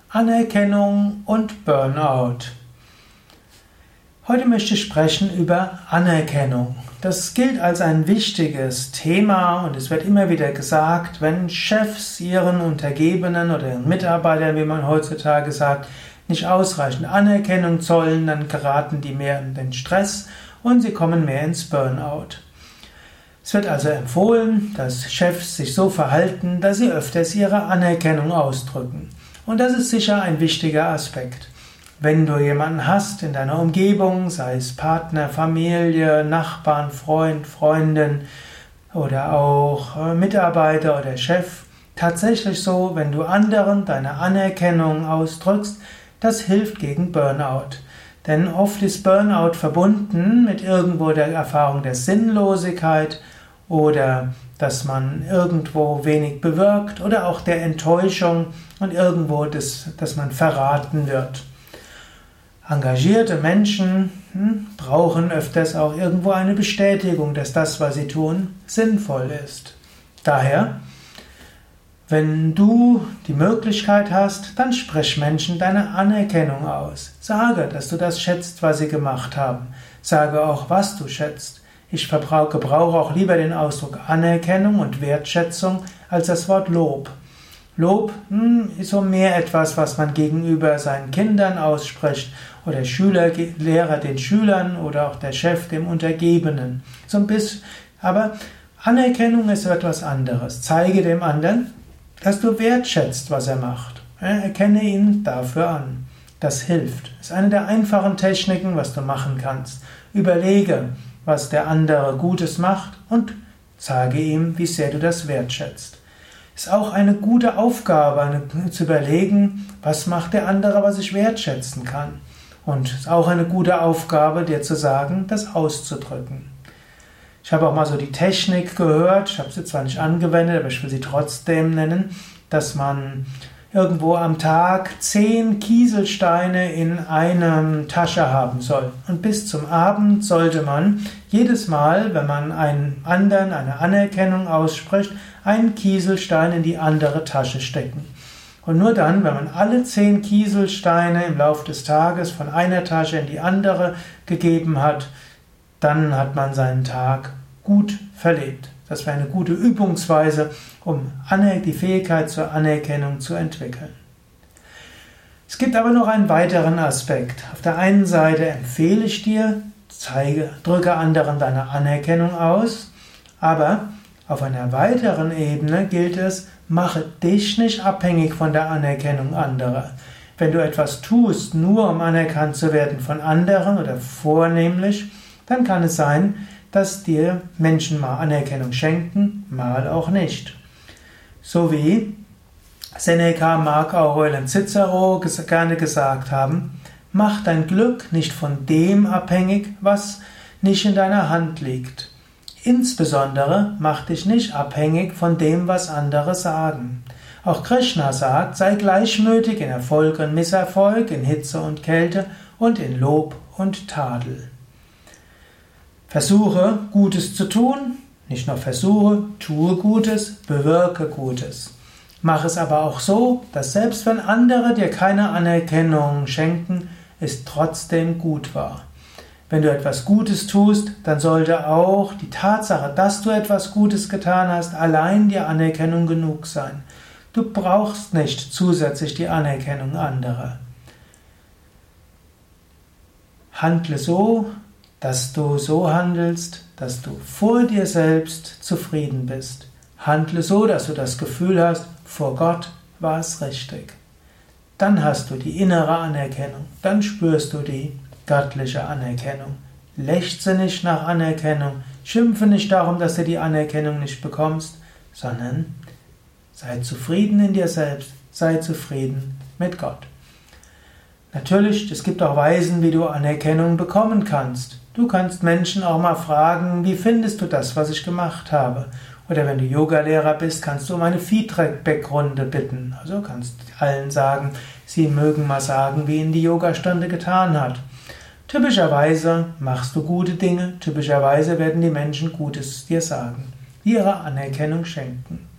Anerkennung und Burnout. Heute möchte ich sprechen über Anerkennung. Das gilt als ein wichtiges Thema und es wird immer wieder gesagt, wenn Chefs ihren Untergebenen oder ihren Mitarbeitern, wie man heutzutage sagt, nicht ausreichend Anerkennung zollen, dann geraten die mehr in den Stress und sie kommen mehr ins Burnout. Es wird also empfohlen, dass Chefs sich so verhalten, dass sie öfters ihre Anerkennung ausdrücken. Und das ist sicher ein wichtiger Aspekt. Wenn du jemanden hast in deiner Umgebung, sei es Partner, Familie, Nachbarn, Freund, Freundin oder auch Mitarbeiter oder Chef, tatsächlich so, wenn du anderen deine Anerkennung ausdrückst, das hilft gegen Burnout. Denn oft ist Burnout verbunden mit irgendwo der Erfahrung der Sinnlosigkeit oder dass man irgendwo wenig bewirkt oder auch der Enttäuschung und irgendwo, dass man verraten wird. Engagierte Menschen brauchen öfters auch irgendwo eine Bestätigung, dass das, was sie tun, sinnvoll ist. Daher, wenn du die Möglichkeit hast, dann sprich Menschen deine Anerkennung aus. Sage, dass du das schätzt, was sie gemacht haben. Sage auch, was du schätzt. Ich gebrauche auch lieber den Ausdruck Anerkennung und Wertschätzung als das Wort Lob. Lob ist so mehr etwas, was man gegenüber seinen Kindern ausspricht oder Lehrer den Schülern oder auch der Chef dem Untergebenen. So ein bisschen. Aber Anerkennung ist etwas anderes. Zeige dem anderen, dass du wertschätzt, was er macht. Erkenne ihn dafür an. Das hilft. Das ist eine der einfachen Techniken, was du machen kannst. Überlege, was der andere Gutes macht und sage ihm, wie sehr du das wertschätzt. Ist auch eine gute Aufgabe, zu überlegen, was macht der andere, was ich wertschätzen kann. Und ist auch eine gute Aufgabe, dir zu sagen, das auszudrücken. Ich habe auch mal so die Technik gehört, ich habe sie zwar nicht angewendet, aber ich will sie trotzdem nennen, dass man irgendwo am Tag 10 Kieselsteine in einer Tasche haben soll. Und bis zum Abend sollte man jedes Mal, wenn man einem anderen eine Anerkennung ausspricht, einen Kieselstein in die andere Tasche stecken. Und nur dann, wenn man alle 10 Kieselsteine im Laufe des Tages von einer Tasche in die andere gegeben hat, dann hat man seinen Tag gut verlebt. Das wäre eine gute Übungsweise, um die Fähigkeit zur Anerkennung zu entwickeln. Es gibt aber noch einen weiteren Aspekt. Auf der einen Seite empfehle ich dir, drücke anderen deine Anerkennung aus, aber auf einer weiteren Ebene gilt es, mache dich nicht abhängig von der Anerkennung anderer. Wenn du etwas tust, nur um anerkannt zu werden von anderen oder vornehmlich, dann kann es sein, dass dir Menschen mal Anerkennung schenken, mal auch nicht. So wie Seneca, Marc Aurel und Cicero gerne gesagt haben, mach dein Glück nicht von dem abhängig, was nicht in deiner Hand liegt. Insbesondere mach dich nicht abhängig von dem, was andere sagen. Auch Krishna sagt, sei gleichmütig in Erfolg und Misserfolg, in Hitze und Kälte und in Lob und Tadel. Versuche, Gutes zu tun, nicht nur versuche, tue Gutes, bewirke Gutes. Mach es aber auch so, dass selbst wenn andere dir keine Anerkennung schenken, es trotzdem gut war. Wenn du etwas Gutes tust, dann sollte auch die Tatsache, dass du etwas Gutes getan hast, allein dir Anerkennung genug sein. Du brauchst nicht zusätzlich die Anerkennung anderer. Handle so, dass du so handelst, dass du vor dir selbst zufrieden bist. Handle so, dass du das Gefühl hast, vor Gott war es richtig. Dann hast du die innere Anerkennung, dann spürst du die göttliche Anerkennung. Lechze nicht nach Anerkennung, schimpfe nicht darum, dass du die Anerkennung nicht bekommst, sondern sei zufrieden in dir selbst, sei zufrieden mit Gott. Natürlich, es gibt auch Weisen, wie du Anerkennung bekommen kannst. Du kannst Menschen auch mal fragen, wie findest du das, was ich gemacht habe? Oder wenn du Yogalehrer bist, kannst du um eine Feedback-Runde bitten. Also kannst allen sagen, sie mögen mal sagen, wie ihnen die Yogastunde getan hat. Typischerweise machst du gute Dinge, typischerweise werden die Menschen Gutes dir sagen, die ihre Anerkennung schenken. Du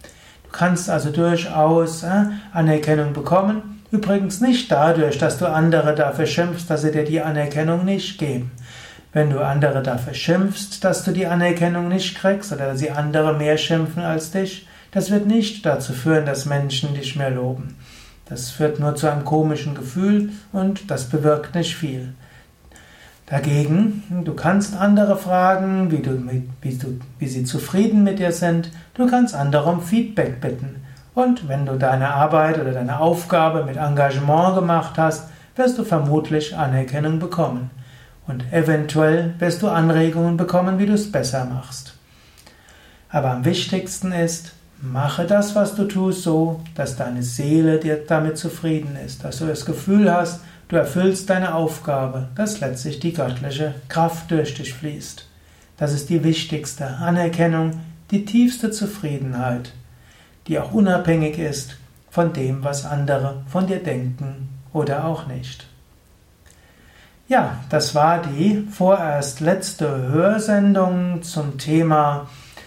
Du kannst also durchaus Anerkennung bekommen. Übrigens nicht dadurch, dass du andere dafür schimpfst, dass sie dir die Anerkennung nicht geben. Wenn du andere dafür schimpfst, dass du die Anerkennung nicht kriegst oder dass sie andere mehr schimpfen als dich, das wird nicht dazu führen, dass Menschen dich mehr loben. Das führt nur zu einem komischen Gefühl und das bewirkt nicht viel. Dagegen, du kannst andere fragen, wie sie zufrieden mit dir sind. Du kannst andere um Feedback bitten. Und wenn du deine Arbeit oder deine Aufgabe mit Engagement gemacht hast, wirst du vermutlich Anerkennung bekommen. Und eventuell wirst du Anregungen bekommen, wie du es besser machst. Aber am wichtigsten ist, mache das, was du tust, so, dass deine Seele dir damit zufrieden ist, dass du das Gefühl hast, du erfüllst deine Aufgabe, dass letztlich die göttliche Kraft durch dich fließt. Das ist die wichtigste Anerkennung, die tiefste Zufriedenheit, die auch unabhängig ist von dem, was andere von dir denken oder auch nicht. Ja, das war die vorerst letzte Hörsendung zum Thema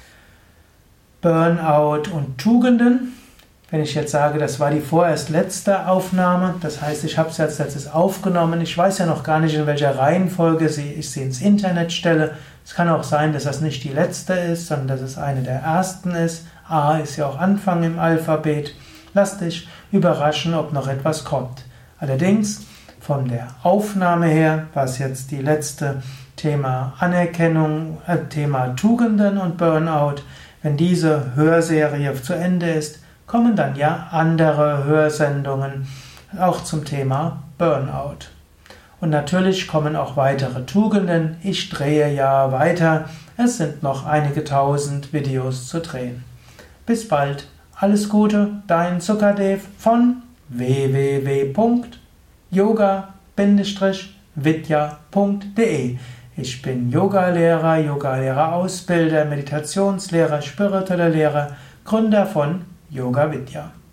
Burnout und Tugenden. Wenn ich jetzt sage, das war die vorerst letzte Aufnahme, das heißt, ich habe es als letztes aufgenommen. Ich weiß ja noch gar nicht, in welcher Reihenfolge ich sie ins Internet stelle. Es kann auch sein, dass das nicht die letzte ist, sondern dass es eine der ersten ist. A ist ja auch Anfang im Alphabet. Lass dich überraschen, ob noch etwas kommt. Allerdings, von der Aufnahme her, was jetzt die letzte Thema Anerkennung, Thema Tugenden und Burnout, wenn diese Hörserie zu Ende ist, kommen dann ja andere Hörsendungen auch zum Thema Burnout. Und natürlich kommen auch weitere Tugenden. Ich drehe ja weiter. Es sind noch einige tausend Videos zu drehen. Bis bald. Alles Gute, dein Sukadev von www.yoga-vidya.de. Ich bin Yogalehrer, Yogalehrerausbilder, Meditationslehrer, spiritueller Lehrer, Gründer von Yoga Vidya.